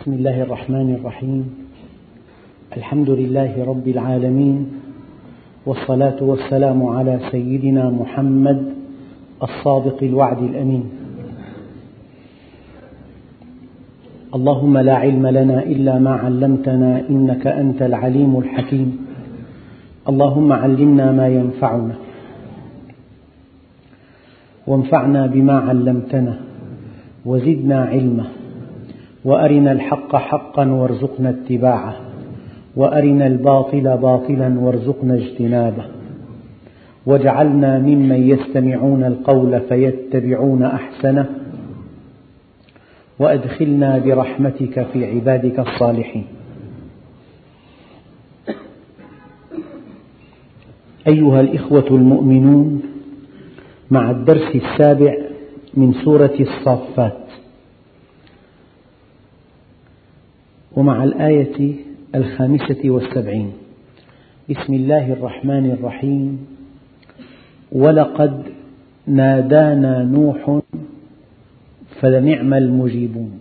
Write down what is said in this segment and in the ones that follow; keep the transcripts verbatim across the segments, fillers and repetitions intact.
بسم الله الرحمن الرحيم. الحمد لله رب العالمين، والصلاة والسلام على سيدنا محمد الصادق الوعد الأمين. اللهم لا علم لنا إلا ما علمتنا إنك أنت العليم الحكيم. اللهم علمنا ما ينفعنا وانفعنا بما علمتنا وزدنا علما، وأرنا الحق حقا وارزقنا اتباعه، وأرنا الباطل باطلا وارزقنا اجتنابه، واجعلنا ممن يستمعون القول فيتبعون أحسنه، وأدخلنا برحمتك في عبادك الصالحين. أيها الإخوة المؤمنون، مع الدرس السابع من سورة الصافات، ومع الآية الخامسة والسبعين. بسم الله الرحمن الرحيم. ولقد نادانا نوح فلنعم المجيبون.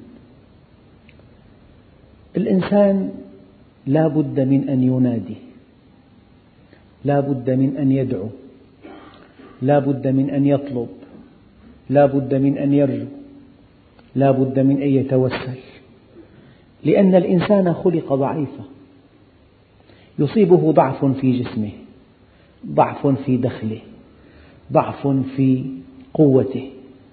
الإنسان لا بد من أن ينادي، لا بد من أن يدعو، لا بد من أن يطلب، لا بد من أن يرجو، لا بد من أن يتوسل، لأن الإنسان خلق ضعيفا، يصيبه ضعف في جسمه، ضعف في دخله، ضعف في قوته.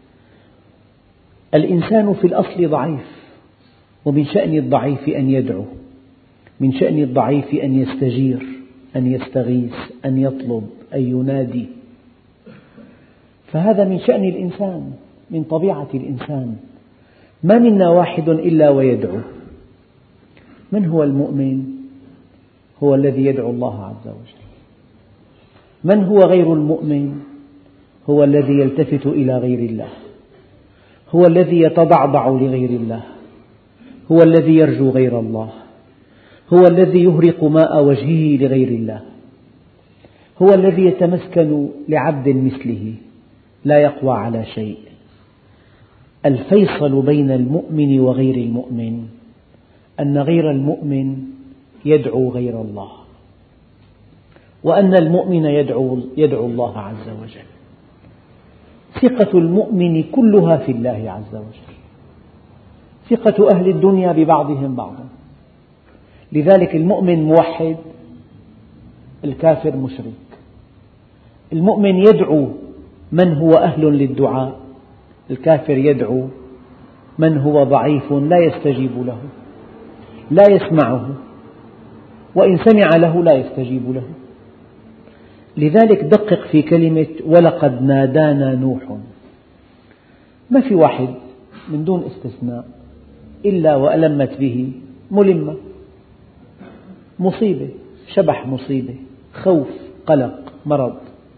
الإنسان في الأصل ضعيف، ومن شأن الضعيف أن يدعو، من شأن الضعيف أن يستجير، أن يستغيث، أن يطلب، أن ينادي. فهذا من شأن الإنسان، من طبيعة الإنسان. ما منا واحد إلا ويدعو. من هو المؤمن؟ هو الذي يدعو الله عز وجل. من هو غير المؤمن؟ هو الذي يلتفت إلى غير الله، هو الذي يتضعضع لغير الله، هو الذي يرجو غير الله، هو الذي يهرق ماء وجهه لغير الله، هو الذي يتمسكن لعبد مثله لا يقوى على شيء. الفيصل بين المؤمن وغير المؤمن أن غير المؤمن يدعو غير الله، وأن المؤمن يدعو, يدعو الله عز وجل. ثقة المؤمن كلها في الله عز وجل، ثقة أهل الدنيا ببعضهم بعضا. لذلك المؤمن موحد، الكافر مشرك. المؤمن يدعو من هو أهل للدعاء، الكافر يدعو من هو ضعيف لا يستجيب له، لا يسمعه، وإن سمع له لا يستجيب له. لذلك دقق في كلمة ولقد نادانا نوح. ما في واحد من دون استثناء إلا وألمت به ملمة، مصيبة، شبح مصيبة، خوف، قلق، مرض،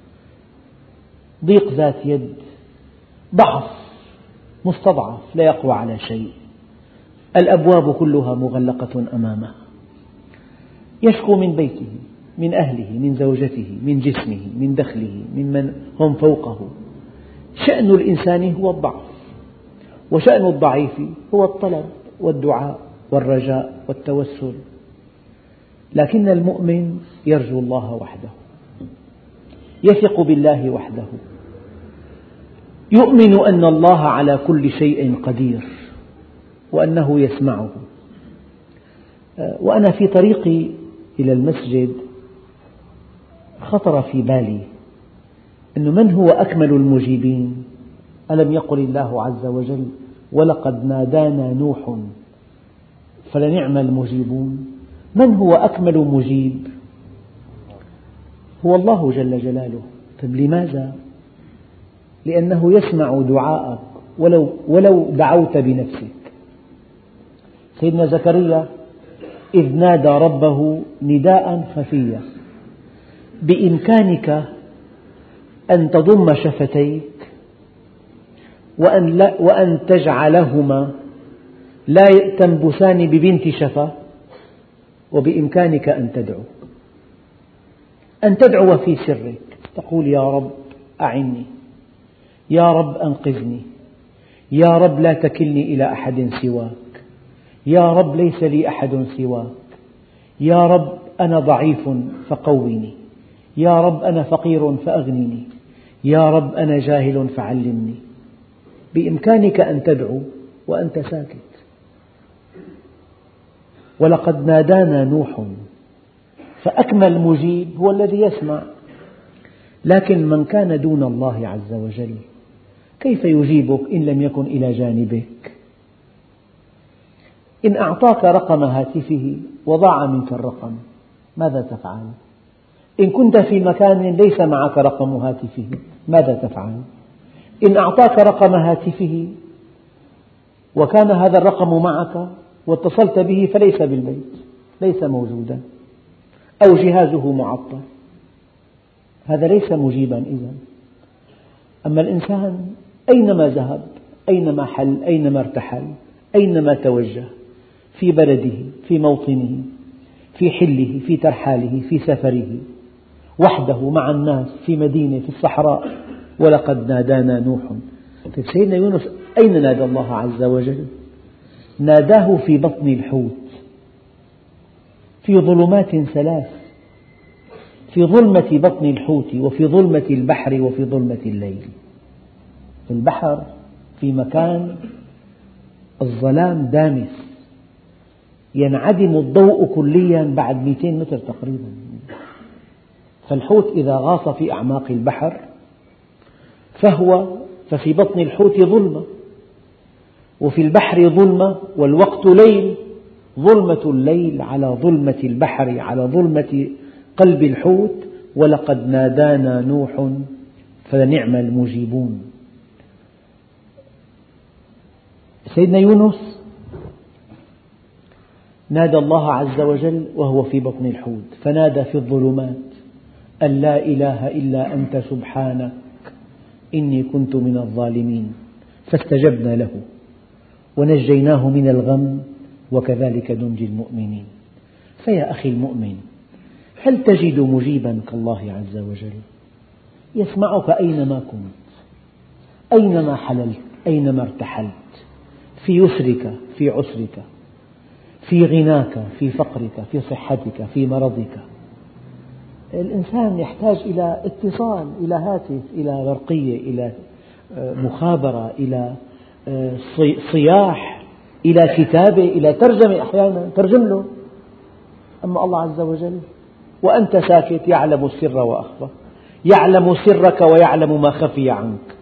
ضيق ذات يد، ضعف، مستضعف لا يقوى على شيء، الأبواب كلها مغلقة أمامه، يشكو من بيته، من أهله، من زوجته، من جسمه، من دخله، ممن هم فوقه. شأن الإنسان هو الضعف، وشأن الضعيف هو الطلب والدعاء والرجاء والتوسل. لكن المؤمن يرجو الله وحده، يثق بالله وحده، يؤمن أن الله على كل شيء قدير، وأنه يسمعه. وأنا في طريقي إلى المسجد خطر في بالي أن من هو أكمل المجيبين؟ ألم يقل الله عز وجل ولقد نادانا نوح فلنعم المجيبون؟ من هو أكمل مجيب؟ هو الله جل جلاله. طيب لماذا؟ لأنه يسمع دعاءك ولو, ولو دعوت بنفسك. سيدنا زكريا إذ نادى ربه نداء خفيا، بإمكانك أن تضم شفتيك وأن, لا وأن تجعلهما لا تنبسان ببنت شفة، وبإمكانك أن تدعو، أن تدعو في سرك، تقول يا رب أعني، يا رب أنقذني، يا رب لا تكلني إلى أحد سواك، يا رب ليس لي أحد سواك، يا رب أنا ضعيف فقوّني، يا رب أنا فقير فأغنني، يا رب أنا جاهل فعلمني. بإمكانك أن تدعو وأنت ساكت. ولقد نادانا نوح، فأكمل مجيب هو الذي يسمع. لكن من كان دون الله عز وجل كيف يجيبك إن لم يكن إلى جانبك؟ إن أعطاك رقم هاتفه وضاع منك الرقم ماذا تفعل؟ إن كنت في مكان ليس معك رقم هاتفه ماذا تفعل؟ إن أعطاك رقم هاتفه وكان هذا الرقم معك واتصلت به فليس بالبيت، ليس موجودا، أو جهازه معطل، هذا ليس مجيبا إذن. أما الإنسان أينما ذهب، أينما حل، أينما ارتحل، أينما توجه، في بلده، في موطنه، في حله، في ترحاله، في سفره، وحده مع الناس، في مدينة، في الصحراء، ولقد نادانا نوح. طيب سيدنا يونس أين نادى الله عز وجل؟ ناداه في بطن الحوت في ظلمات ثلاث، في ظلمة بطن الحوت، وفي ظلمة البحر، وفي ظلمة الليل. في البحر في مكان الظلام دامس، ينعدم الضوء كليا بعد مئتين متر تقريبا. فالحوت إذا غاص في أعماق البحر فهو ففي بطن الحوت ظلمة، وفي البحر ظلمة، والوقت ليل، ظلمة الليل على ظلمة البحر على ظلمة قلب الحوت. ولقد نادانا نوح فلنعم المجيبون. سيدنا يونس نادى الله عز وجل وهو في بطن الحوت، فنادى في الظلمات أن لا إله إلا أنت سبحانك إني كنت من الظالمين، فاستجبنا له ونجيناه من الغم وكذلك ننجي المؤمنين. فيا أخي المؤمن، هل تجد مجيبا كالله عز وجل؟ يسمعك أينما كنت، أينما حللت، أينما ارتحلت، في يسرك، في عسرك، في غناك، في فقرك، في صحتك، في مرضك. الإنسان يحتاج إلى اتصال، إلى هاتف، إلى برقية، إلى مخابرة، إلى صياح، إلى كتابة، إلى ترجمة، أحيانا ترجم له. أما الله عز وجل وأنت ساكت يعلم السر وأخفى، يعلم سرك ويعلم ما خفي عنك.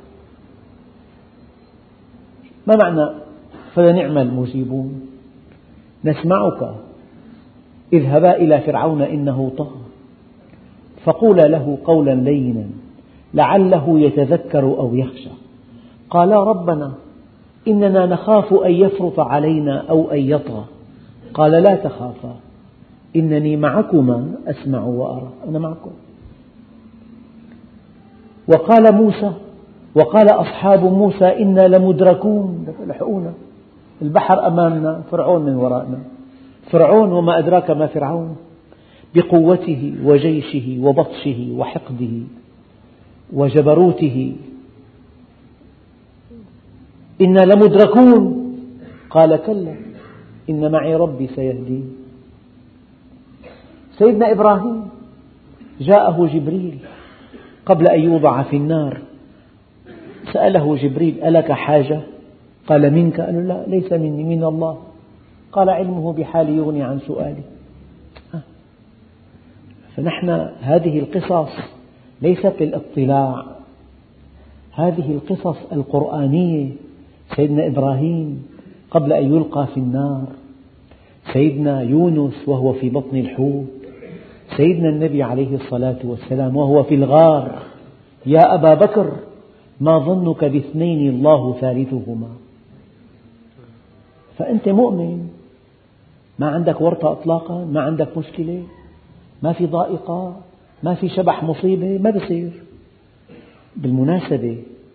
ما معنى فلنعم المجيبون؟ نسمعك، اذهبا إلى فرعون إنه طغى فقولا له قولا لينا لعله يتذكر أو يخشى. قالا ربنا إننا نخاف أن يفرط علينا أو أن يطغى. قال لا تخافا إنني معكما أسمع وأرى، أنا معكم. وقال موسى وقال أصحاب موسى إنا لمدركون، لحقونا، البحر أمامنا، فرعون من وراءنا. فرعون وما أدراك ما فرعون، بقوته وجيشه وبطشه وحقده وجبروته. إنا لمدركون. قال كلا إن معي ربي سيهدين. سيدنا إبراهيم جاءه جبريل قبل أن يوضع في النار، سأله جبريل ألك حاجة؟ قال منك؟ قال لا ليس مني، من الله. قال علمه بحالي يغني عن سؤالي. فنحن هذه القصص ليست للاطلاع، هذه القصص القرآنية. سيدنا إبراهيم قبل أن يلقى في النار، سيدنا يونس وهو في بطن الحوت، سيدنا النبي عليه الصلاة والسلام وهو في الغار. يا أبا بكر ما ظنك باثنين الله ثالثهما. فأنت مؤمن، ما عندك ورطة إطلاقا، ما عندك مشكلة، ما في ضائقة، ما في شبح مصيبة، ما بصير. بالمناسبة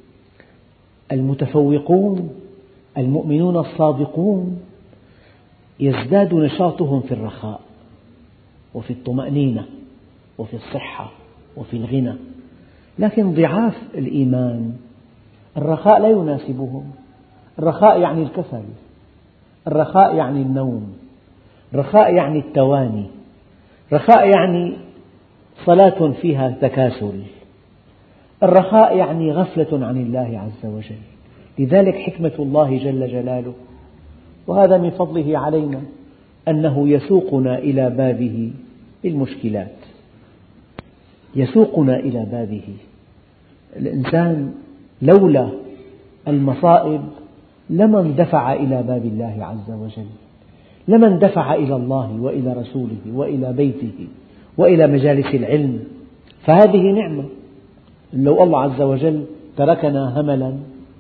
المتفوقون المؤمنون الصادقون يزداد نشاطهم في الرخاء وفي الطمأنينة وفي الصحة وفي الغنى، لكن ضعاف الإيمان الرخاء لا يناسبهم. الرخاء يعني الكسل، الرخاء يعني النوم، رخاء يعني التواني، رخاء يعني صلاة فيها تكاسل، الرخاء يعني غفلة عن الله عز وجل. لذلك حكمة الله جل جلاله، وهذا من فضله علينا، أنه يسوقنا إلى بابه بالمشكلات، يسوقنا إلى بابه. الإنسان لولا المصائب لما اندفع إلى باب الله عز وجل، لما اندفع إلى الله وإلى رسوله وإلى بيته وإلى مجالس العلم، فهذه نعمة. لو الله عز وجل تركنا هملا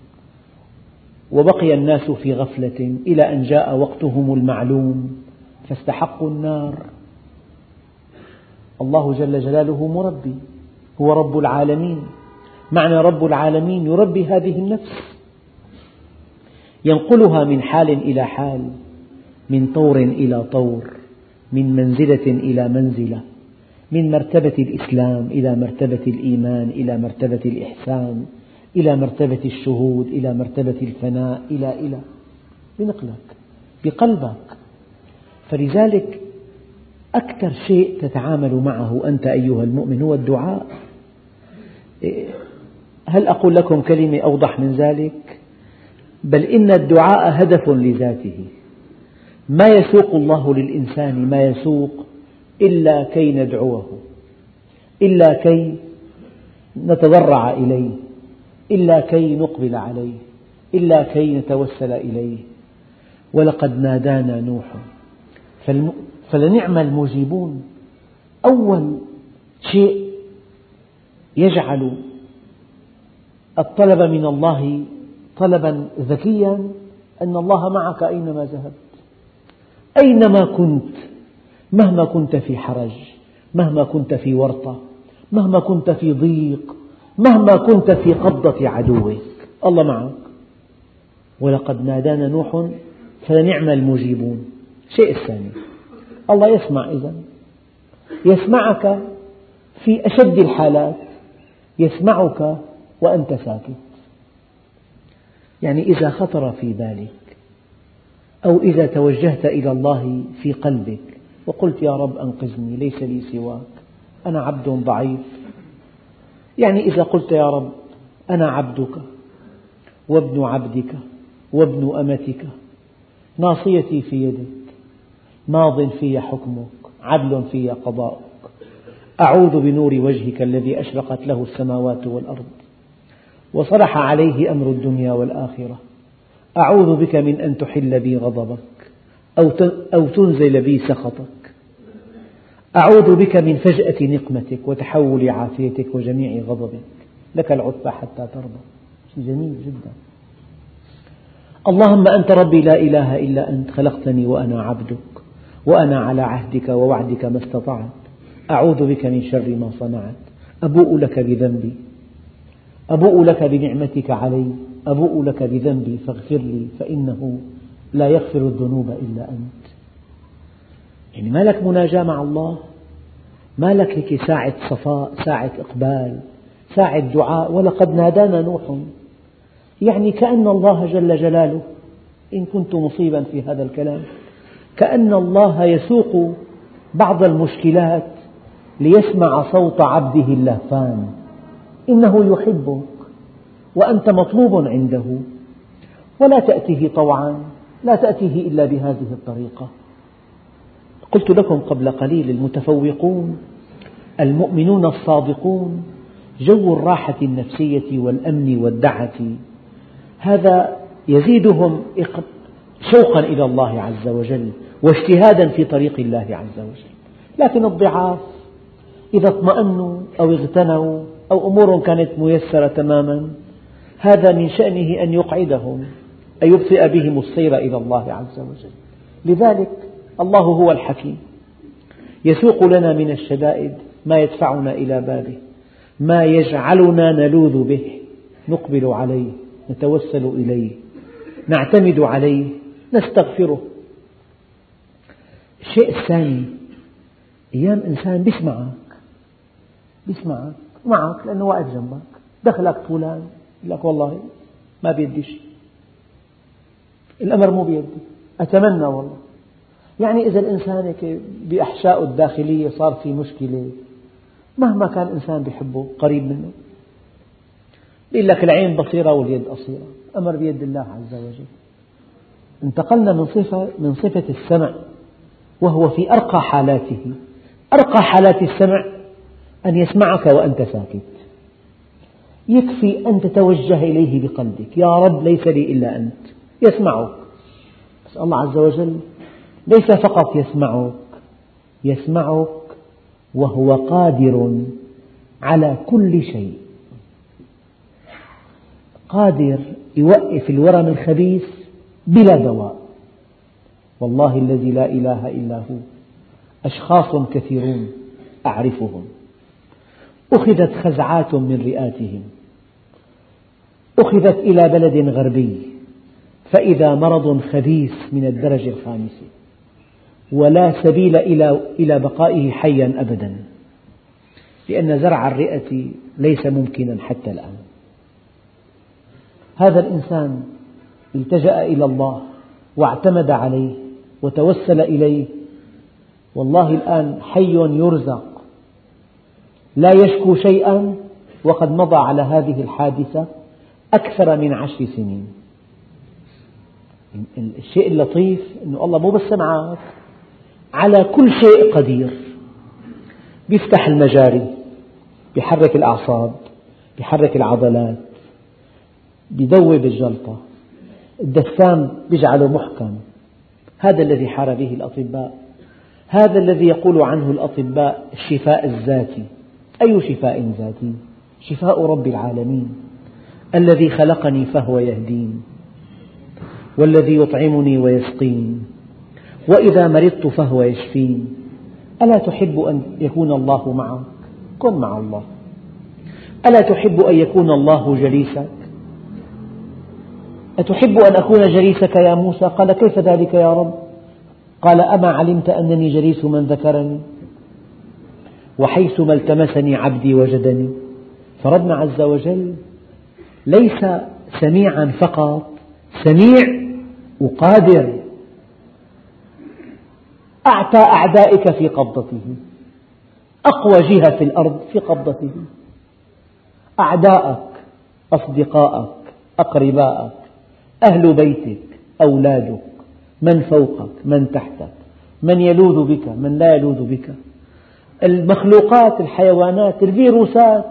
وبقي الناس في غفلة إلى أن جاء وقتهم المعلوم فاستحقوا النار. الله جل جلاله مربي، هو رب العالمين. معنى رب العالمين يربي هذه النفس، ينقلها من حال إلى حال، من طور إلى طور، من منزلة إلى منزلة، من مرتبة الإسلام إلى مرتبة الإيمان، إلى مرتبة الإحسان، إلى مرتبة الشهود، إلى مرتبة الفناء، إلى إلى بنقلك بقلبك. فلذلك أكثر شيء تتعامل معه أنت أيها المؤمن هو الدعاء. هل أقول لكم كلمة أوضح من ذلك؟ بل إن الدعاء هدف لذاته، ما يسوق الله للإنسان ما يسوق إلا كي ندعوه، إلا كي نتضرع إليه، إلا كي نقبل عليه، إلا كي نتوسل إليه. ولقد نادانا نوح فلنعم المجيبون. أول شيء يجعل الطلب من الله طلبا ذكيا أن الله معك أينما ذهبت، أينما كنت، مهما كنت في حرج، مهما كنت في ورطة، مهما كنت في ضيق، مهما كنت في قبضة عدوك، الله معك. ولقد نادانا نوح فلنعم المجيبون. الشيء الثاني، الله يسمع، إذن يسمعك في أشد الحالات، يسمعك وأنت ساكت. يعني إذا خطر في بالك أو إذا توجهت إلى الله في قلبك وقلت يا رب أنقذني، ليس لي سواك، أنا عبد ضعيف. يعني إذا قلت يا رب أنا عبدك وابن عبدك وابن أمتك، ناصيتي في يدك، ماض في حكمك، عدل في قضاؤك، أعوذ بنور وجهك الذي أشرقت له السماوات والأرض وصلح عليه أمر الدنيا والآخرة، أعوذ بك من أن تحل بي غضبك أو تنزل بي سخطك، أعوذ بك من فجأة نقمتك وتحول عافيتك وجميع غضبك، لك العتبى حتى ترضى. شيء جميل جدا. اللهم أنت ربي لا إله إلا أنت، خلقتني وأنا عبدك، وأنا على عهدك ووعدك ما استطعت، أعوذ بك من شر ما صنعت، أبوء لك بذنبي، أبوء لك بنعمتك علي، أبوء لك بذنبي فاغفر لي فإنه لا يغفر الذنوب إلا أنت. يعني ما لك مناجاة مع الله، ما لك هيك ساعة صفاء، ساعة إقبال، ساعة دعاء. ولقد نادانا نوح، يعني كأن الله جل جلاله، إن كنت مصيبا في هذا الكلام، كأن الله يسوق بعض المشكلات ليسمع صوت عبده اللهفان. إنه يحبك وأنت مطلوب عنده، ولا تأتيه طوعا، لا تأتيه إلا بهذه الطريقة. قلت لكم قبل قليل المتفوقون المؤمنون الصادقون جو الراحة النفسية والأمن والدعة، هذا يزيدهم شوقا إلى الله عز وجل واجتهادا في طريق الله عز وجل. لكن الضعاف إذا اطمأنوا أو اغتنوا أو أمور كانت ميسرة تماما، هذا من شأنه أن يقعدهم، أن يبطئ بهم السير إلى الله عز وجل. لذلك الله هو الحكيم، يسوق لنا من الشدائد ما يدفعنا إلى بابه، ما يجعلنا نلوذ به، نقبل عليه، نتوسل إليه، نعتمد عليه، نستغفره. الشيء الثاني، أيام إنسان بيسمعك بيسمعك معك لأنه واقف جنبك، دخلك فلان يقول لك والله ما بيدي شيء، الأمر مو بيدي، أتمنى والله. يعني إذا الإنسان بأحشائه الداخلية صار في مشكلة، مهما كان إنسان بيحبه قريب منه، يقول لك العين بصيرة واليد قصيرة، أمر بيد الله عز وجل. انتقلنا من صفة من صفة السمع وهو في أرقى حالاته. أرقى حالات السمع أن يسمعك وأنت ساكت، يكفي أن تتوجه إليه بقلبك، يا رب ليس لي إلا أنت، يسمعك. بس الله عز وجل ليس فقط يسمعك، يسمعك وهو قادر على كل شيء، قادر يوقف الورم الخبيث بلا دواء. والله الذي لا إله إلا هو أشخاص كثيرون أعرفهم أخذت خزعات من رئاتهم، أخذت إلى بلد غربي فإذا مرض خبيث من الدرجة الخامسة ولا سبيل إلى بقائه حيا أبدا، لأن زرع الرئة ليس ممكنا حتى الآن. هذا الإنسان التجأ إلى الله واعتمد عليه وتوسل إليه، والله الآن حي يرزق لا يشكو شيئا، وقد مضى على هذه الحادثة أكثر من عشر سنين. الشيء اللطيف أن الله مو بس معك، على كل شيء قدير، بيفتح المجاري، بيحرك الأعصاب، بيحرك العضلات، بيذوب الجلطة، الدسام بيجعله محكم. هذا الذي حار به الأطباء، هذا الذي يقول عنه الأطباء الشفاء الذاتي. أي شفاء ذاتي؟ شفاء رب العالمين الذي خلقني فهو يهدين، والذي يطعمني ويسقين، وإذا مرضت فهو يشفين. ألا تحب أن يكون الله معك؟ كن مع الله. ألا تحب أن يكون الله جليسك؟ أتحب أن أكون جليسك يا موسى؟ قال كيف ذلك يا رب؟ قال أما علمت أنني جليس من ذكرني وحيثما التمسني عبدي وجدني. فربنا عز وجل ليس سميعا فقط، سميع وقادر، أعتى أعدائك في قبضته، أقوى جهة في الأرض في قبضته. أعداءك، أصدقائك، أقربائك، أهل بيتك، أولادك، من فوقك، من تحتك، من يلوذ بك، من لا يلوذ بك، المخلوقات، الحيوانات، الفيروسات.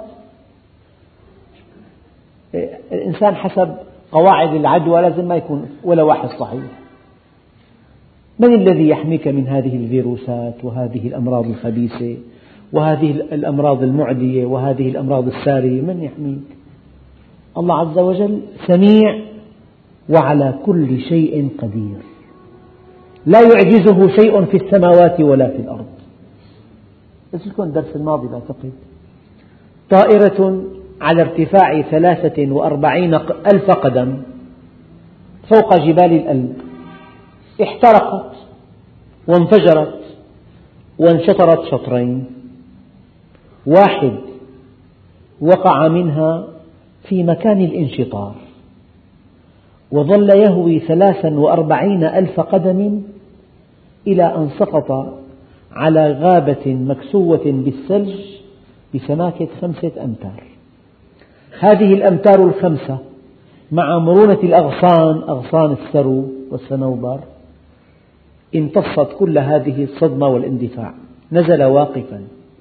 الإنسان حسب قواعد العدوى لازم ما يكون ولا واحد صحيح. من الذي يحميك من هذه الفيروسات وهذه الأمراض الخبيثة وهذه الأمراض المعدية وهذه الأمراض السارية؟ من يحميك؟ الله عز وجل سميع وعلى كل شيء قدير، لا يعجزه شيء في السماوات ولا في الأرض. قلت لكم الدرس الماضي بعتقد، طائرة على ارتفاع ثلاثة وأربعين ألف قدم فوق جبال الألب احترقت وانفجرت وانشطرت شطرين، واحد وقع منها في مكان الانشطار وظل يهوي ثلاثا وأربعين ألف قدم إلى أن سقط على غابة مكسوة بالثلج بسماكة خمسة أمتار. هذه الأمتار الخمسة مع مرونة الأغصان، أغصان السرو والصنوبر، امتصت كل هذه الصدمة والاندفاع، نزل واقفا.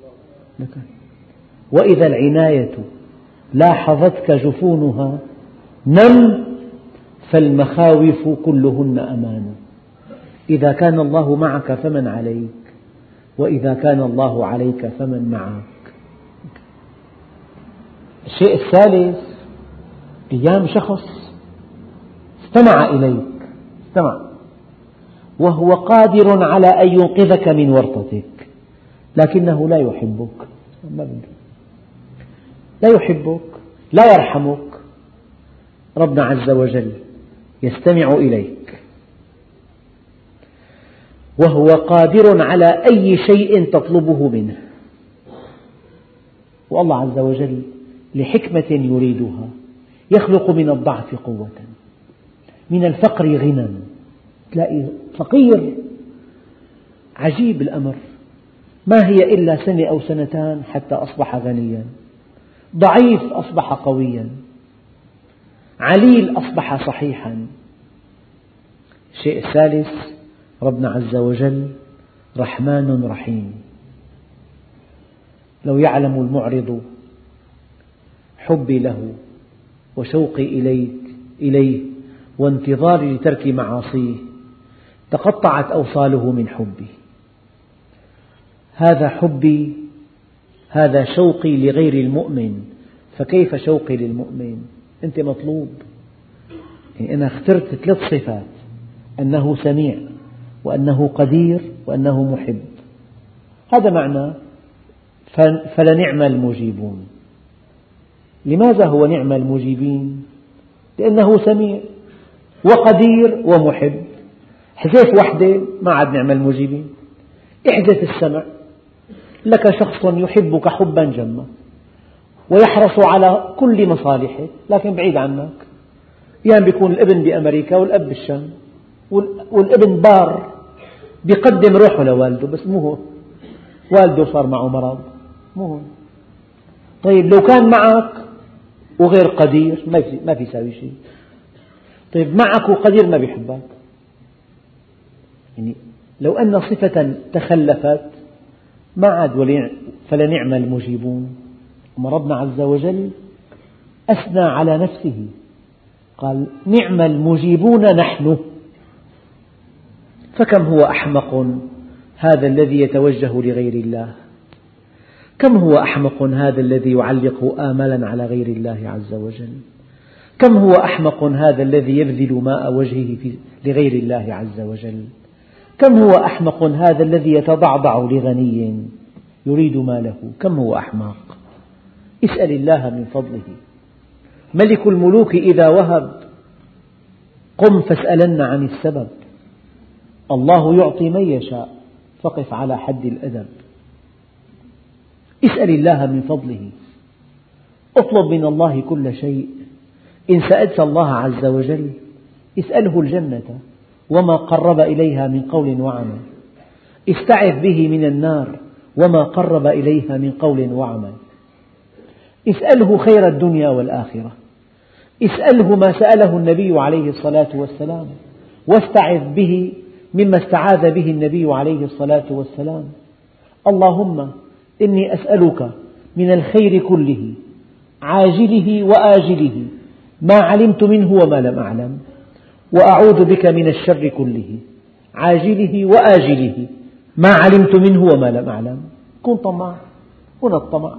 وإذا العناية لاحظتك جفونها نم فالمخاوف كلهن أمان. إذا كان الله معك فمن عليك، وإذا كان الله عليك فمن معك. الشيء الثالث، قيام شخص استمع إليك، استمع، وهو قادر على أن ينقذك من ورطتك، لكنه لا يحبك، لا يحبك، لا يرحمك. ربنا عز وجل يستمع إليك وهو قادر على أي شيء تطلبه منه. والله عز وجل لحكمة يريدها يخلق من الضعف قوة، من الفقر غنى، تلاقي فقير عجيب الأمر، ما هي إلا سنة أو سنتان حتى أصبح غنيا، ضعيف أصبح قويا، عليل أصبح صحيحا. الشيء الثالث ربنا عز وجل رحمن رحيم. لو يعلم المعرض حبي له وشوقي إليك إليه وانتظاري لترك معاصيه تقطعت أوصاله من حبي. هذا حبي، هذا شوقي لغير المؤمن، فكيف شوقي للمؤمن؟ أنت مطلوب. يعني أنا اخترت ثلاث صفات: أنه سميع، وأنه قدير، وأنه محب. هذا معنى فلنعم المجيبون. لماذا هو نعم المجيبين؟ لأنه سميع وقدير ومحب. حذف وحدة ما عاد نعم المجيبين. احذف السمع، لك شخص يحبك حبا جما ويحرص على كل مصالحك لكن بعيد عنك. يعني بيكون الابن بأمريكا والأب بالشام، والابن بار بيقدم روحه لوالده، بس مو هو، والده صار معه مرض، مو هو. طيب لو كان معك وغير قدير ما في يساوي شيء. طيب معك وقدير ما بيحبك. يعني لو أن صفة تخلفت ما عاد فلنعم المجيبون. أما ربنا عز وجل أثنى على نفسه قال نعم المجيبون نحن. فكم هو أحمق هذا الذي يتوجه لغير الله، كم هو أحمق هذا الذي يعلق آملا على غير الله عز وجل، كم هو أحمق هذا الذي يبذل ماء وجهه لغير الله عز وجل، كم هو أحمق هذا الذي يتضعضع لغني يريد ماله، كم هو أحمق. اسأل الله من فضله. ملك الملوك إذا وهب قم فاسألن عن السبب. الله يعطي من يشاء فقف على حد الأدب. اسأل الله من فضله. اطلب من الله كل شيء. إن سألت الله عز وجل اسأله الجنة وما قرب إليها من قول وعمل. استعذ به من النار وما قرب إليها من قول وعمل. اسأله خير الدنيا والآخرة. اسأله ما سأله النبي عليه الصلاة والسلام، واستعذ به مما استعاذ به النبي عليه الصلاة والسلام. اللهم إني أسألك من الخير كله عاجله وآجله ما علمت منه وما لم أعلم، وأعوذ بك من الشر كله عاجله وآجله ما علمت منه وما لم أعلم. كن طماع. هنا الطمع،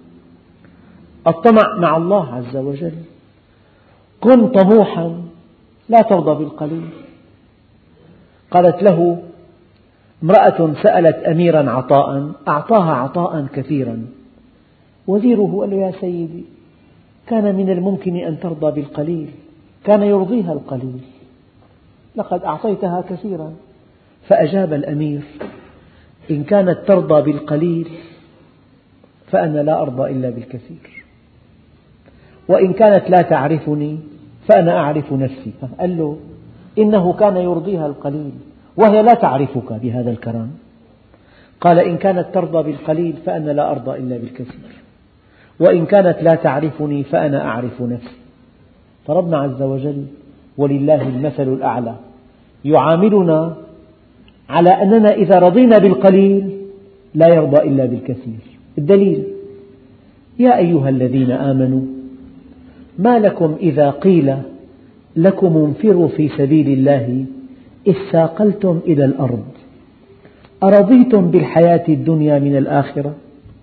الطمع مع الله عز وجل. كن طموحا لا ترضى بالقليل. قالت له امرأة سألت أميرا عطاء أعطاها عطاء كثيرا. وزيره قال له يا سيدي كان من الممكن أن ترضى بالقليل، كان يرضيها القليل، لقد أعطيتها كثيرا. فأجاب الأمير إن كانت ترضى بالقليل فأنا لا أرضى إلا بالكثير، وإن كانت لا تعرفني فأنا أعرف نفسي. قال له إنه كان يرضيها القليل وهي لا تعرفك بهذا الكرم. قال إن كانت ترضى بالقليل فأنا لا أرضى إلا بالكثير، وإن كانت لا تعرفني فأنا أعرف نفسي. فربنا عز وجل ولله المثل الأعلى يعاملنا على أننا إذا رضينا بالقليل لا يرضى إلا بالكثير. الدليل يا أيها الذين آمنوا ما لكم إذا قيل لكم انفروا في سبيل الله اثاقلتم إلى الأرض أرضيتم بالحياة الدنيا من الآخرة.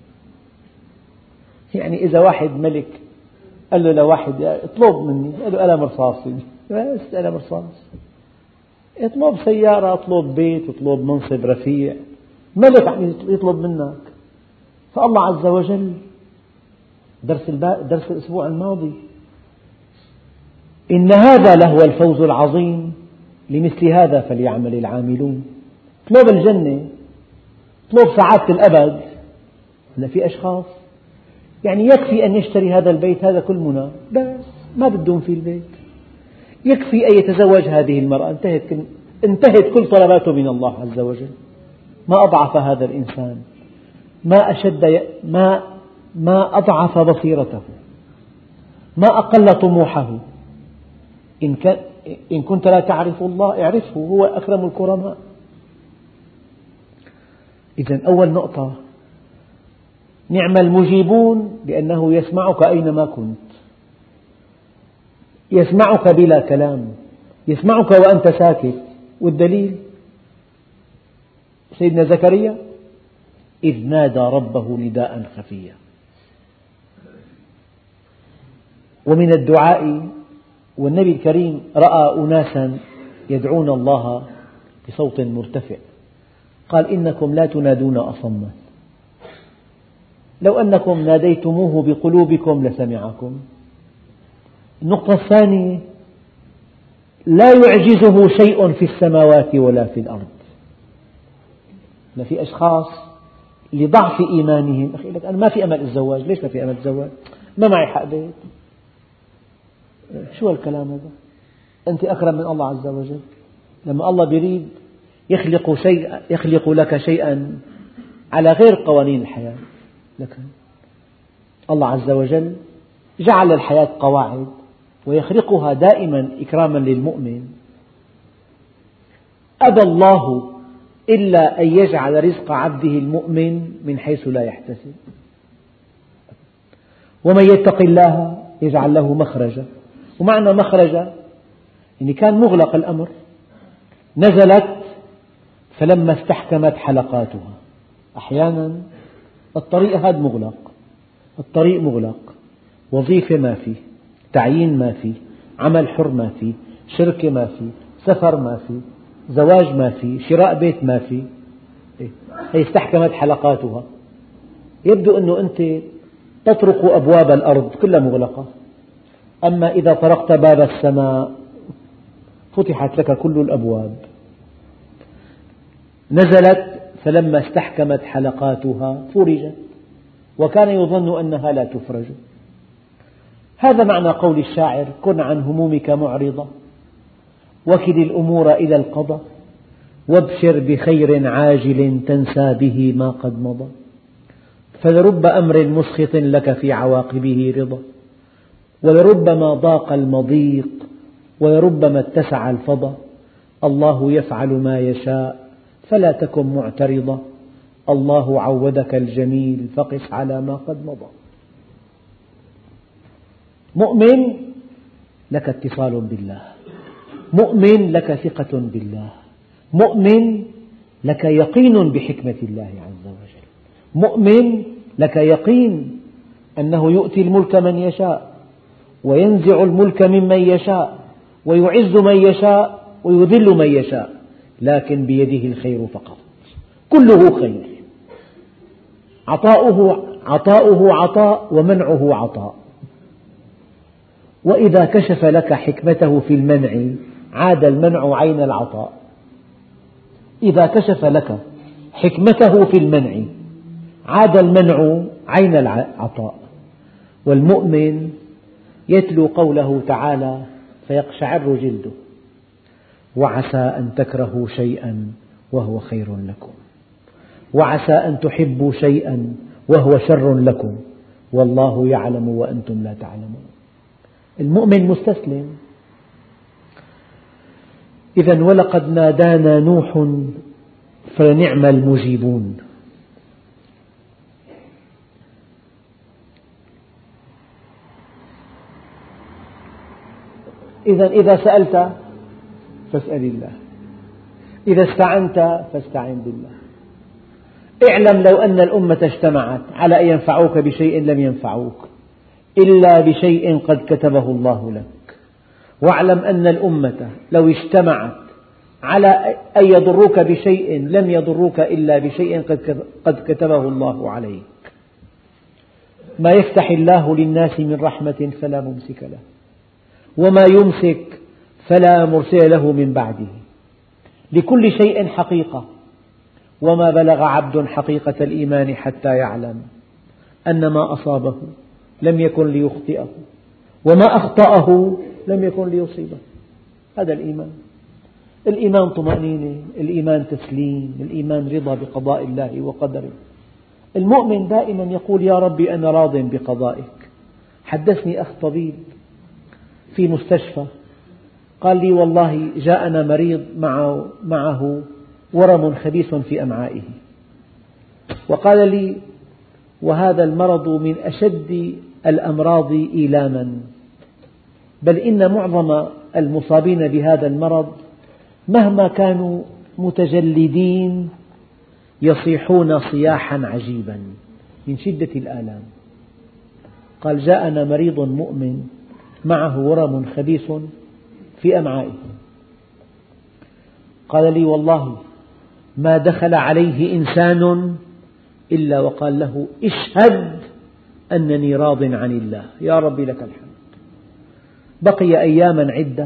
يعني إذا واحد ملك قال له لواحد اطلب مني، قال له قلم رصاصي، بس قلم رصاص. اطلب سيارة، اطلب بيت، اطلب منصب رفيع، ملك عم يطلب منك. فالله عز وجل درس, درس الأسبوع الماضي إن هذا لهو الفوز العظيم لمثل هذا فليعمل العاملون. اطلب الجنة، اطلب سعادة الأبد. هلا في أشخاص يعني يكفي أن يشتري هذا البيت، هذا كل منى، بس ما بدهم في البيت. يكفي أن يتزوج هذه المرأة، انتهت انتهت كل طلباته من الله عز وجل. ما أضعف هذا الإنسان، ما أشد، ما ما أضعف بصيرته، ما أقل طموحه. إن, كان إن كنت لا تعرف الله اعرفه، هو أكرم الكرماء. إذن أول نقطة، نعم المجيبون لأنه يسمعك أينما كنت، يسمعك بلا كلام، يسمعك وأنت ساكت. والدليل سيدنا زكريا إذ نادى ربه نداء خفيا. ومن الدعاء، والنبي الكريم رأى أناسا يدعون الله بصوت مرتفع، قال إنكم لا تنادون أصما، لو أنكم ناديتموه بقلوبكم لسمعكم. النقطة الثانية، لا يعجزه شيء في السماوات ولا في الأرض. في أشخاص لضعف إيمانهم يقول لك أنا ما في أمل الزواج. ليش ما في أمل الزواج؟ ما معي حق بيت. شو هالكلام هذا؟ أنت أكرم من الله عز وجل. لما الله يريد يخلق شيء، يخلق لك شيئا على غير قوانين الحياة، لكن الله عز وجل جعل الحياة قواعد ويخرقها دائما إكراما للمؤمن. أبى الله إلا أن يجعل رزق عبده المؤمن من حيث لا يحتسب. ومن يتق الله يجعل له مخرجا. ومعنى مخرجا يعني كان مغلق الأمر، نزلت فلما استحكمت حلقاتها. أحيانا الطريق هذا مغلق، الطريق مغلق، وظيفة ما فيه، تعيين ما فيه، عمل حر ما فيه، شركة ما فيه، سفر ما فيه، زواج ما فيه، شراء بيت ما فيه. هي استحكمت حلقاتها. يبدو أنه أنت تطرق أبواب الأرض كلها مغلقة، أما إذا طرقت باب السماء فتحت لك كل الأبواب. نزلت فلما استحكمت حلقاتها فرجت، وكان يظن أنها لا تفرج. هذا معنى قول الشاعر: كن عن همومك معرضة، وكل الأمور إلى القضاء، وابشر بخير عاجل تنسى به ما قد مضى، فلرب أمر مسخط لك في عواقبه رضا، ولربما ضاق المضيق، ولربما اتسع الفضا. الله يفعل ما يشاء فلا تكن معترضا، الله عودك الجميل فقس على ما قد مضى. مؤمن لك اتصال بالله، مؤمن لك ثقة بالله، مؤمن لك يقين بحكمة الله عز وجل، مؤمن لك يقين أنه يؤتي الملك من يشاء، وينزع الملك ممن يشاء، ويعز من يشاء، ويذل من يشاء، لكن بيده الخير فقط، كله خير. عطاؤه عطاؤه عطاء، ومنعه عطاء. وإذا كشف لك حكمته في المنع عاد المنع عين العطاء. إذا كشف لك حكمته في المنع عاد المنع عين العطاء. والمؤمن يتلو قوله تعالى فيقشعر جلده: وعسى أن تكرهوا شيئا وهو خير لكم، وعسى أن تحبوا شيئا وهو شر لكم، والله يعلم وأنتم لا تعلمون. المؤمن مستسلم. إذن ولقد نادانا نوح فلنعم المجيبون. إذن إذا سألت فاسأل الله، إذا استعنت فاستعن بالله. اعلم لو أن الأمة اجتمعت على أن ينفعوك بشيء لم ينفعوك إلا بشيء قد كتبه الله لك، واعلم أن الأمة لو اجتمعت على أن يضروك بشيء لم يضروك إلا بشيء قد كتبه الله عليك. ما يفتح الله للناس من رحمة فلا ممسك له، وما يمسك فلا مرسل له من بعده. لكل شيء حقيقة، وما بلغ عبد حقيقة الإيمان حتى يعلم أن ما أصابه لم يكن ليخطئه، وما أخطأه لم يكن ليصيبه. هذا الإيمان. الإيمان طمأنينة، الإيمان تسليم، الإيمان رضا بقضاء الله وقدره. المؤمن دائما يقول يا ربي أنا راض بقضائك. حدثني أخ طبيب في مستشفى قال لي والله جاءنا مريض معه, معه ورم خبيث في أمعائه، وقال لي وهذا المرض من أشد الأمراض إيلاما، بل إن معظم المصابين بهذا المرض مهما كانوا متجلدين يصيحون صياحا عجيبا من شدة الآلام. قال جاءنا مريض مؤمن معه ورم خبيث في أمعائه، قال لي والله ما دخل عليه إنسان إلا وقال له اشهد أنني راض عن الله، يا ربي لك الحمد. بقي أياما عدة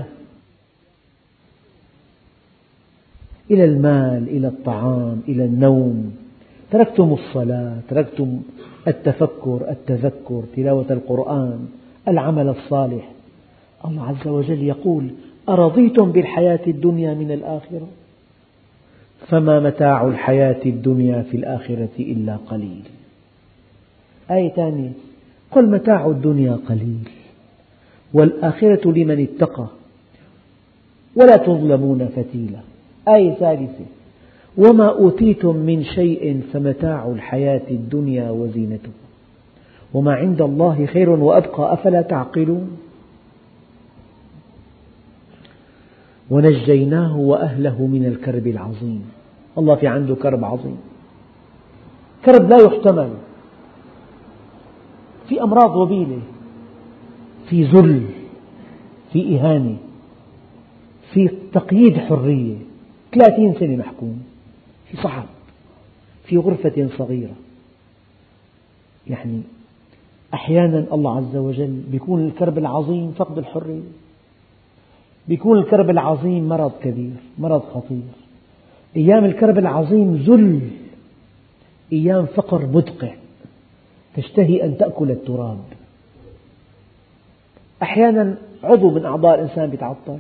إلى المال، إلى الطعام، إلى النوم، تركتم الصلاة، تركتم التفكر، التذكر، تلاوة القرآن، العمل الصالح. الله عز وجل يقول أرضيتم بالحياة الدنيا من الآخرة فما متاع الحياة الدنيا في الآخرة إلا قليل. آية ثانية قل متاع الدنيا قليل والآخرة لمن اتقى ولا تظلمون فتيلا. آية ثالثة وما أوتيتم من شيء فمتاع الحياة الدنيا وزينتها وما عند الله خير وأبقى أفلا تعقلون. ونجيناه وأهله من الكرب العظيم. الله في عنده كرب عظيم، كرب لا يحتمل، في أمراض وبيلة، في ذل، في إهانة، في تقييد حرية، ثلاثين سنة محكوم، في صحب، في غرفة صغيرة. يعني أحيانا الله عز وجل بيكون الكرب العظيم فقد الحرية، بيكون الكرب العظيم مرض كبير، مرض خطير. أيام الكرب العظيم ذل، أيام فقر مدقع تشتهي أن تأكل التراب. أحيانا عضو من أعضاء الإنسان يتعطل.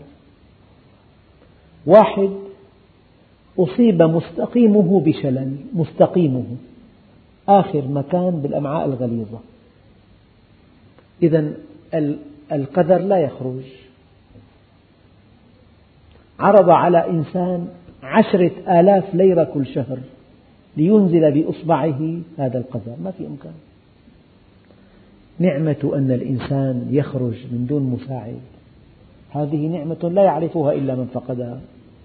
واحد أصيب مستقيمه بشلل، مستقيمه آخر مكان بالأمعاء الغليظة، إذن القدر لا يخرج. عرض على إنسان عشرة آلاف ليرة كل شهر لينزل بإصبعه هذا القدر، ما في إمكان. نعمة أن الإنسان يخرج من دون مساعد، هذه نعمة لا يعرفها إلا من فقدها.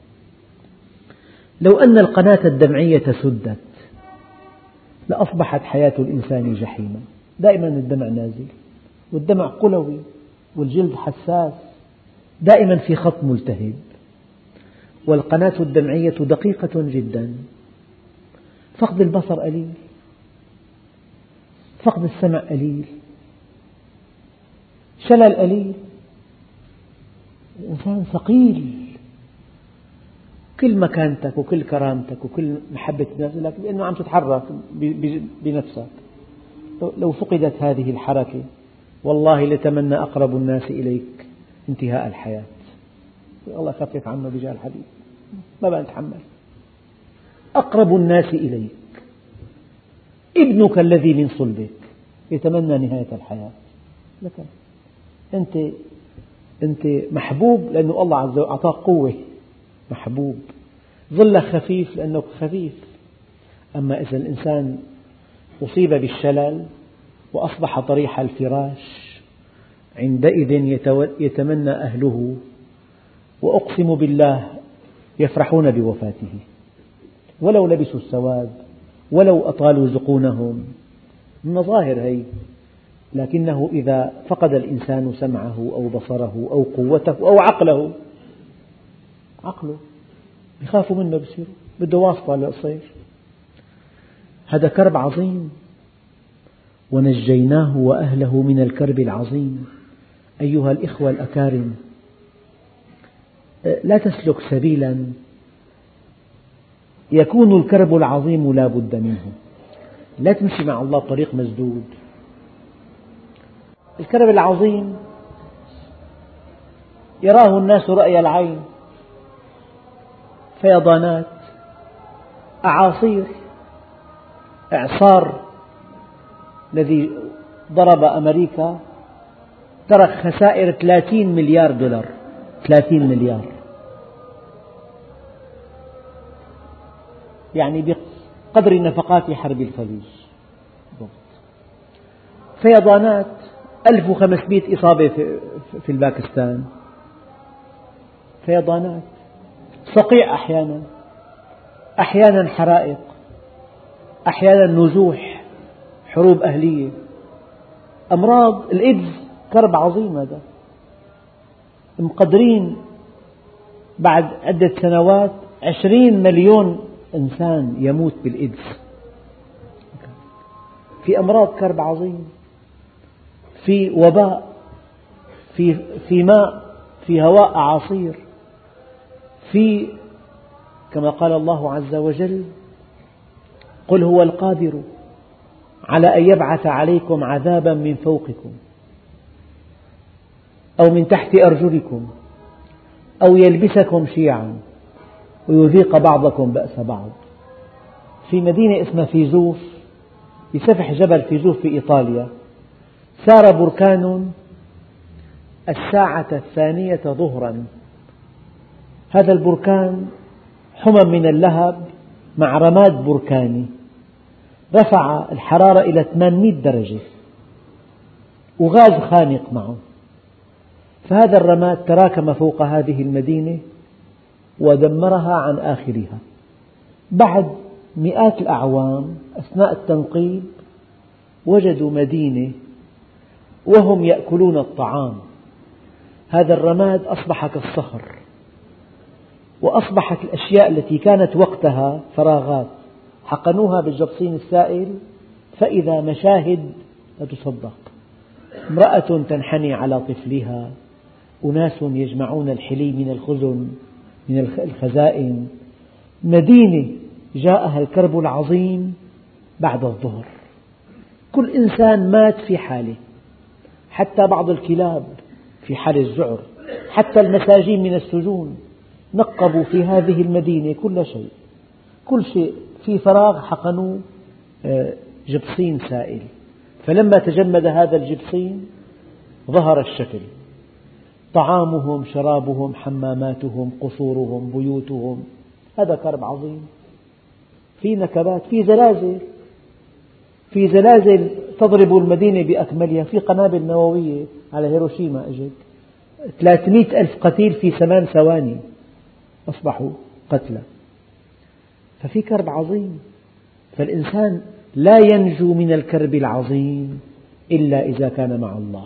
لو أن القناة الدمعية سدت لأصبحت حياة الإنسان جحيما. دائما الدمع نازل، والدمع قلوي، والجلد حساس، دائما في خط ملتهب، والقناة الدمعية دقيقة جدا. فقد البصر قليل، فقد السمع قليل، شلل قليل، الإنسان ثقيل. كل مكانتك وكل كرامتك وكل محبة الناس لك لأنه عم تتحرك بنفسك. لو فقدت هذه الحركة والله لتمنى أقرب الناس إليك انتهاء الحياة. الله يخفف عنا رجال الحديث، ما بقى نتحمل. أقرب الناس إليك ابنك الذي من صلبك يتمنى نهاية الحياة لك. أنت أنت محبوب لأنه الله عز وجل أعطاك قوة، محبوب. ظلك خفيف لأنك خفيف. أما إذا الإنسان أصيب بالشلل وأصبح طريح الفراش عندئذ يتمنى أهله، وأقسم بالله يفرحون بوفاته ولو لبسوا السواد ولو أطالوا زقونهم، المظاهر هي. لكنه إذا فقد الإنسان سمعه أو بصره أو قوته أو عقله، عقله يخافوا منه، بصير بده واسطة للصير. هذا كرب عظيم. ونجيناه وأهله من الكرب العظيم. أيها الإخوة الأكارم، لا تسلك سبيلا يكون الكرب العظيم لا بد منه. لا تمشي مع الله طريق مسدود. الكرب العظيم يراه الناس رأي العين، فيضانات، أعاصير. إعصار الذي ضرب أمريكا ترك خسائر ثلاثين مليار دولار، ثلاثين مليار، يعني بقدر نفقات حرب الخليج. فيضانات، ألف وخمسمئة إصابة في الباكستان، فيضانات، صقيع أحيانا، أحيانا حرائق، أحيانا نزوح، حروب أهلية، أمراض. الإيدز كرب عظيم هذا، مقدرين بعد عدة سنوات عشرين مليون إنسان يموت بالإيدز. في أمراض كرب عظيم، في وباء، في في ماء، في هواء، أعاصير، في كما قال الله عز وجل: قل هو القادر على أن يبعث عليكم عذابا من فوقكم أو من تحت أرجلكم أو يلبسكم شيعا ويذيق بعضكم بأس بعض. في مدينة اسمها فيزوف، بسفح جبل فيزوف في إيطاليا، سار بركان الساعة الثانية ظهرا. هذا البركان حمم من اللهب مع رماد بركاني، رفع الحرارة إلى ثمانمئة درجة وغاز خانق معه. فهذا الرماد تراكم فوق هذه المدينة ودمرها عن آخرها. بعد مئات الأعوام أثناء التنقيب وجدوا مدينة وهم يأكلون الطعام، هذا الرماد أصبح كالصخر، وأصبحت الأشياء التي كانت وقتها فراغات حقنوها بالجبصين السائل، فإذا مشاهد لا تصدق: امرأة تنحني على طفلها، أناس يجمعون الحلي من الخزن من الخزائن، مدينة جاءها الكرب العظيم بعد الظهر. كل إنسان مات في حاله، حتى بعض الكلاب في حال الذعر، حتى المساجين من السجون نقبوا في هذه المدينة كل شيء، كل شيء في فراغ حقنوا جبصين سائل. فلما تجمد هذا الجبصين ظهر الشكل: طعامهم، شرابهم، حماماتهم، قصورهم، بيوتهم. هذا كرب عظيم. في نكبات، في زلازل، في زلازل تضرب المدينة بأكملها، في قنابل نووية على هيروشيما أجت، ثلاثمئة ألف قتيل في ثمان ثواني أصبحوا قتلى. ففي كرب عظيم، فالإنسان لا ينجو من الكرب العظيم إلا إذا كان مع الله.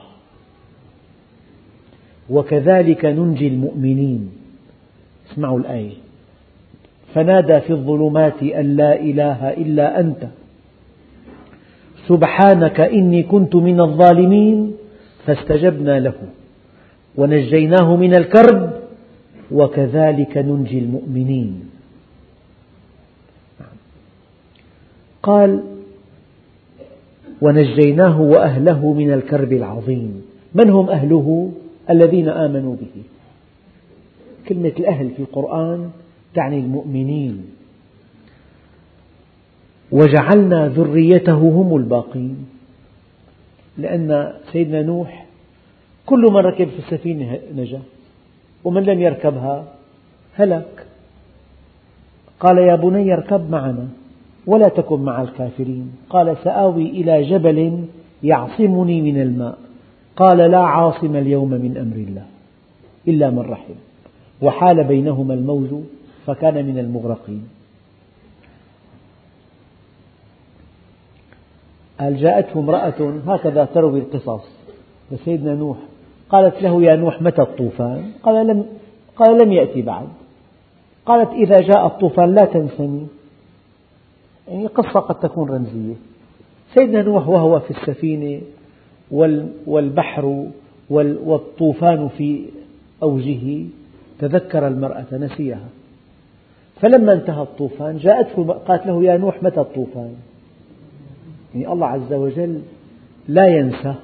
وكذلك ننجي المؤمنين. اسمعوا الآية: فنادى في الظلمات أن لا إله إلا أنت سبحانك إني كنت من الظالمين فاستجبنا له ونجيناه من الكرب وكذلك ننجي المؤمنين. قال: ونجيناه وأهله من الكرب العظيم. من هم أهله؟ الذين آمنوا به. كلمة الأهل في القرآن تعني المؤمنين. وجعلنا ذريته هم الباقين، لأن سيدنا نوح كل من ركب في السفينة نجا، ومن لم يركبها هلك. قال: يا بني اركب معنا ولا تكن مع الكافرين. قال: سآوي إلى جبل يعصمني من الماء. قال: لا عاصم اليوم من أمر الله إلا من رحم وحال بينهما الموج فكان من المغرقين. قال: جاءته امرأة، هكذا تروي القصص لسيدنا نوح، قالت له: يا نوح متى الطوفان؟ قال: لم, قال لم يأتي بعد. قالت: إذا جاء الطوفان لا تنسني. يعني قصة قد تكون رمزية. سيدنا نوح وهو في السفينة والبحر والطوفان في أوجه تذكر المرأة نسيها، فلما انتهى الطوفان جاءته قالت له: يا نوح متى الطوفان؟ يعني الله عز وجل لا ينسى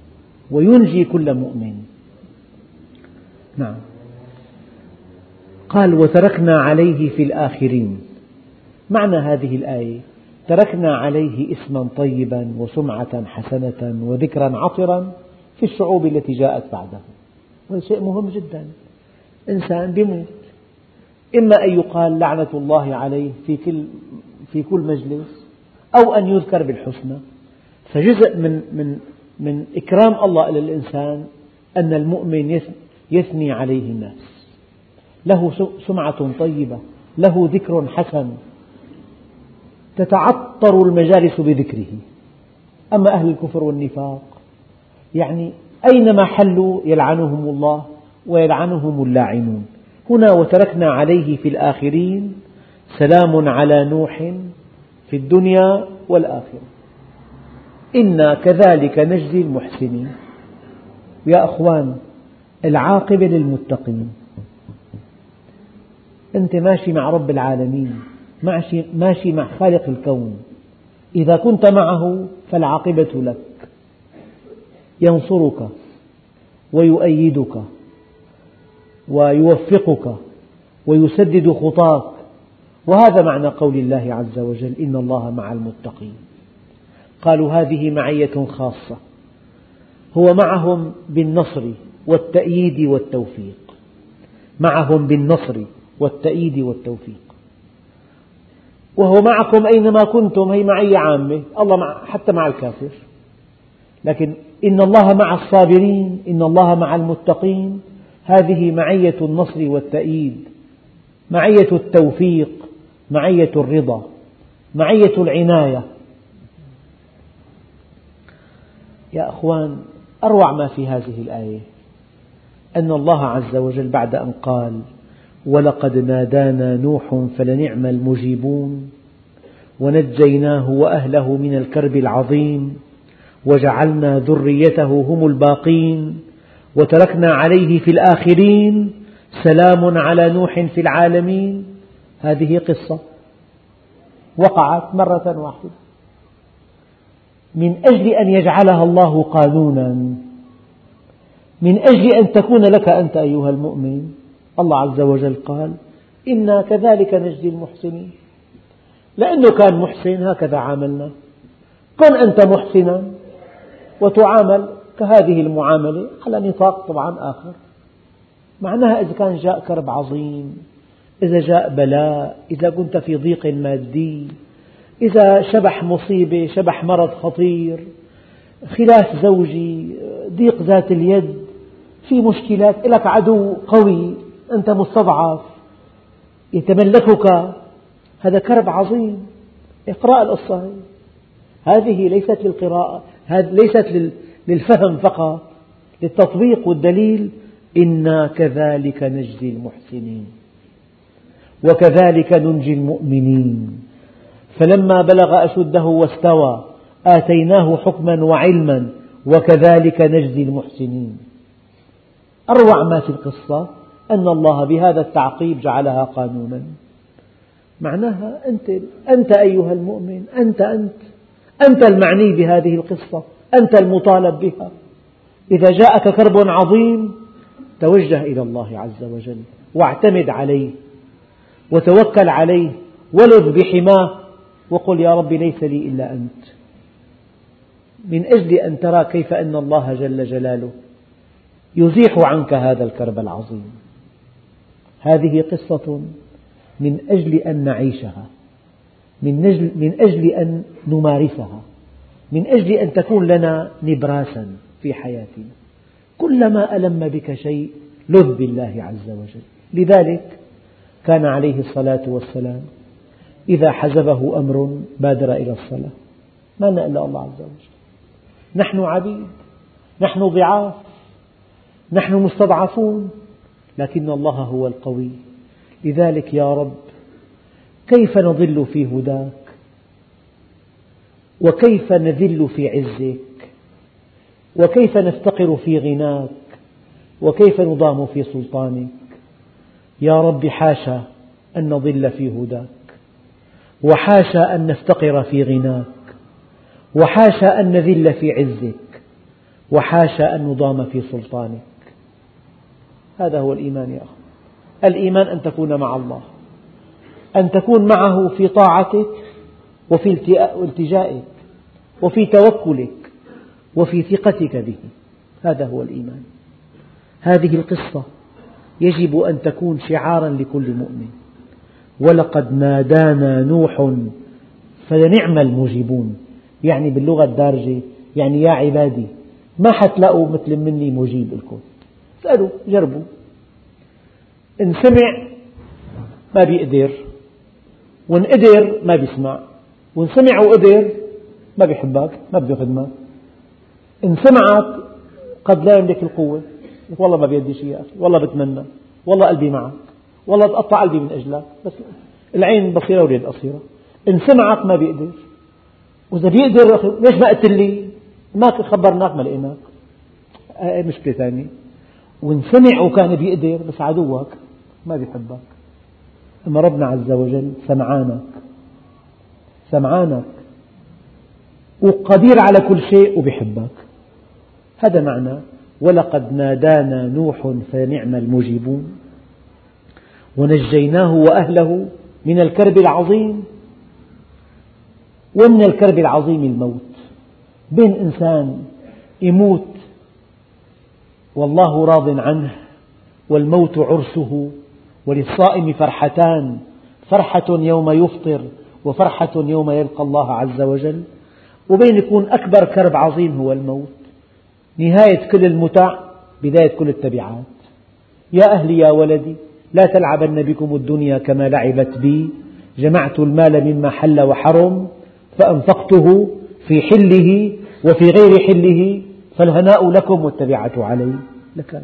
وينجي كل مؤمن. نعم. قال وتركنا عليه في الآخرين. معنى هذه الآية تركنا عليه اسما طيبا وسمعة حسنة وذكرا عطرا في الشعوب التي جاءت بعده. هذا شيء مهم جدا. إنسان يموت، إما أن يقال لعنة الله عليه في كل في كل مجلس، أو أن يذكر بالحسنى. فجزء من من من إكرام الله إلى الإنسان أن المؤمن يثني عليه الناس، له سمعة طيبة، له ذكر حسن، تتعطر المجالس بذكره. أما أهل الكفر والنفاق يعني أينما حلوا يلعنهم الله ويلعنهم اللاعنون. هنا وتركنا عليه في الآخرين سلام على نوح في الدنيا والآخرة إنا كذلك نجزي المحسنين. يا أخوان، العاقبة للمتقين. أنت ماشي مع رب العالمين، ماشي, ماشي مع خالق الكون، إذا كنت معه فالعاقبة لك، ينصرك ويؤيدك ويوفقك ويسدد خطاك. وهذا معنى قول الله عز وجل إن الله مع المتقين. قالوا هذه معية خاصة، هو معهم بالنصر والتأييد والتوفيق، معهم بالنصر والتأييد والتوفيق، وهو معكم أينما كنتم. هي معية عامة، الله مع حتى مع الكافر. لكن إن الله مع الصابرين، إن الله مع المتقين، هذه معية النصر والتأييد، معية التوفيق، معية الرضا، معية العناية. يا أخوان، أروع ما في هذه الآية أن الله عز وجل بعد أن قال ولقد نادانا نوح فلنعم المجيبون ونجيناه وأهله من الكرب العظيم وجعلنا ذريته هم الباقين وتركنا عليه في الآخرين سلام على نوح في العالمين. هذه قصة وقعت مرة واحدة من أجل أن يجعلها الله قانونا، من أجل أن تكون لك أنت أيها المؤمن. الله عز وجل قال إنا كذلك نجزي المحسنين. لأنه كان محسن هكذا عاملنا. كن أنت محسنا وتعامل كهذه المعاملة على نطاق طبعا آخر. معناها إذا كان جاء كرب عظيم، إذا جاء بلاء، إذا كنت في ضيق مادي، إذا شبح مصيبة، شبح مرض خطير، خلاف زوجي، ضيق ذات اليد، في مشكلات، لك عدو قوي، أنت مستضعف يتملكك، هذا كرب عظيم. اقرأ القصة. هذه ليست للقراءة، هذه ليست للفهم فقط، للتطبيق والدليل. إنا كذلك نجزي المحسنين وكذلك ننجي المؤمنين فلما بلغ أشده واستوى آتيناه حكما وعلما وكذلك نجزي المحسنين. أروع ما في القصة أن الله بهذا التعقيب جعلها قانونا. معناها أنت, أنت أيها المؤمن، أنت أنت أنت المعني بهذه القصة، أنت المطالب بها. إذا جاءك كرب عظيم توجه إلى الله عز وجل واعتمد عليه وتوكل عليه ولذ بحماه وقل يا رب ليس لي إلا أنت، من أجل أن ترى كيف أن الله جل جلاله يزيح عنك هذا الكرب العظيم. هذه قصة من أجل أن نعيشها، من أجل, من أجل أن نمارسها، من أجل أن تكون لنا نبراسا في حياتنا. كلما ألم بك شيء لذ بالله عز وجل. لذلك كان عليه الصلاة والسلام إذا حزبه أمر بادر إلى الصلاة. ما لنا إلا الله عز وجل. نحن عبيد، نحن ضعاف، نحن مستضعفون، لكن الله هو القوي. لذلك يا رب كيف نضل في هداك وكيف نذل في عزك وكيف نفتقر في غناك وكيف نضام في سلطانك. يا رب حاشا أن نضل في هداك، وحاشا أن نفتقر في غناك، وحاشا أن نذل في عزك، وحاشا أن نضام في سلطانك. هذا هو الإيمان يا أخي. الإيمان أن تكون مع الله، أن تكون معه في طاعتك وفي التجائك وفي توكلك وفي ثقتك به، هذا هو الإيمان. هذه القصة يجب أن تكون شعارا لكل مؤمن. ولقد نادانا نوح فلنعم المجيبون، يعني باللغة الدارجة يعني يا عبادي ما حتلاقوا مثل مني مجيب لكم، اسألوا جربوا. إن سمع ما بيقدر، وإن قدر ما بيسمع، وإن سمع وقدر ما بيحبك ما بده خدمك. إن سمعك قد لا يملك القوة، والله ما بيدي شيء يا أخي، والله بتمنى، والله قلبي معك، والله بقطع قلبي من أجلك، بس العين بصيرة واليد قصيرة. إن سمعك ما بيقدر، وإذا بيقدر ليش ما قلت لي؟ ما خبرناك ما لقيناك، هاي مشكلة ثانية. وإن سمع وكان بيقدر بس عدوك ما بيحبك. أما ربنا عز وجل سمعانك سمعانك وقدير على كل شيء وبيحبك، هذا معنى ولقد نادانا نوح فنعم المجيبون ونجيناه وأهله من الكرب العظيم. ومن الكرب العظيم الموت، بين إنسان يموت والله راض عنه والموت عرسه، وللصائم فرحتان، فرحة يوم يفطر وفرحة يوم يلقى الله عز وجل، وبين يكون أكبر كرب عظيم هو الموت، نهاية كل المتع بداية كل التبعات. يا أهلي يا ولدي لا تلعبن بكم الدنيا كما لعبت بي، جمعت المال مما حل وحرم فأنفقته في حله وفي غير حله، فالهناء لكم والتبعة علي لك.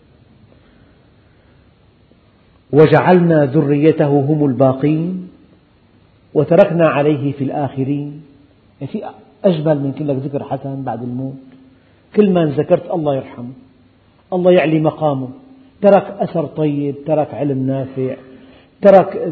وجعلنا ذريته هم الباقين وتركنا عليه في الآخرين. في أجمل من كل ذكر حسن بعد الموت؟ كل ما ذكرت الله يرحمه، الله يعلي مقامه، ترك أثر طيب، ترك علم نافع، ترك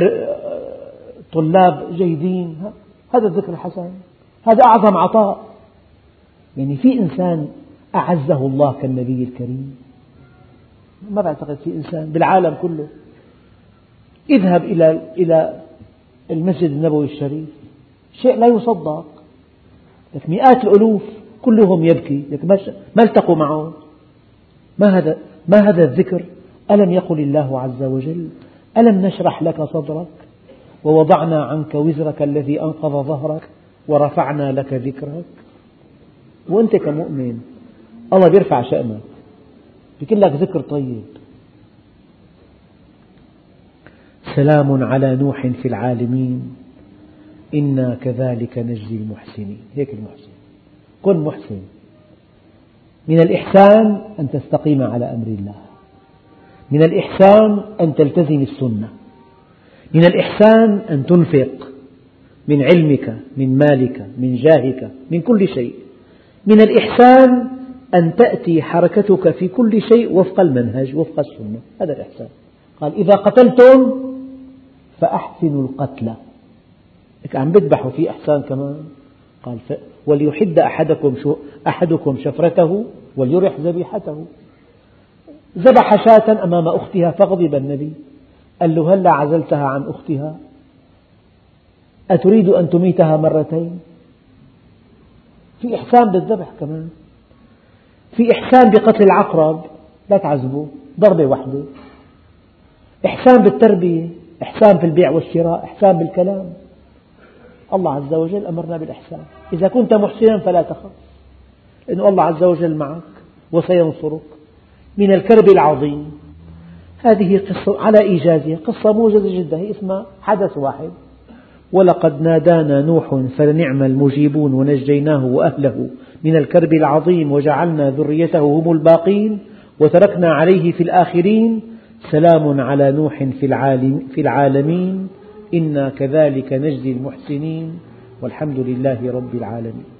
طلاب جيدين، هذا الذكر الحسن، هذا أعظم عطاء. يعني في إنسان أعزه الله كالنبي الكريم؟ ما بعتقد في إنسان بالعالم كله. اذهب إلى إلى المسجد النبوي الشريف، شيء لا يصدق، لك مئات الألوف كلهم يبكي، لك ما التقوا معه. ما هذا ما هذا الذكر؟ ألم يقل الله عز وجل ألم نشرح لك صدرك ووضعنا عنك وزرك الذي أنقض ظهرك ورفعنا لك ذكرك. وأنت كمؤمن الله بيرفع شأنك، بيكون لك ذكر طيب. سلام على نوح في العالمين إنا كذلك نجزي المحسنين. هيك المحسن، كن محسن. من الإحسان أن تستقيم على أمر الله، من الإحسان أن تلتزم السنة، من الإحسان أن تنفق من علمك، من مالك، من جاهك، من كل شيء. من الإحسان أن تأتي حركتك في كل شيء وفق المنهج، وفق السنة، هذا الإحسان. قال إذا قتلتم فأحسنوا القتل، عم بذبحوا في إحسان كمان. قال وليحد أحدكم أحدكم شفرته وليرح ذبيحته. ذبح شاة أمام أختها فغضب النبي، قال له هلا عزلتها عن أختها؟ أتريد أن تميتها مرتين؟ في إحسان بالذبح كمان، في إحسان بقتل العقرب، لا تعذبه، ضربة واحدة. إحسان بالتربية، إحسان في البيع والشراء، إحسان بالكلام. الله عز وجل أمرنا بالإحسان. إذا كنت محسنا فلا تخف، لأن الله عز وجل معك وسينصرك. من الكرب العظيم، هذه قصة على إيجازها، قصة موجزة جدا، هي اسمها حدث واحد. ولقد نادانا نوح فلنعم المجيبون ونجيناه وأهله من الكرب العظيم وجعلنا ذريته هم الباقين وتركنا عليه في الآخرين سلام على نوح في العالمين إنا كذلك نجزي المحسنين والحمد لله رب العالمين.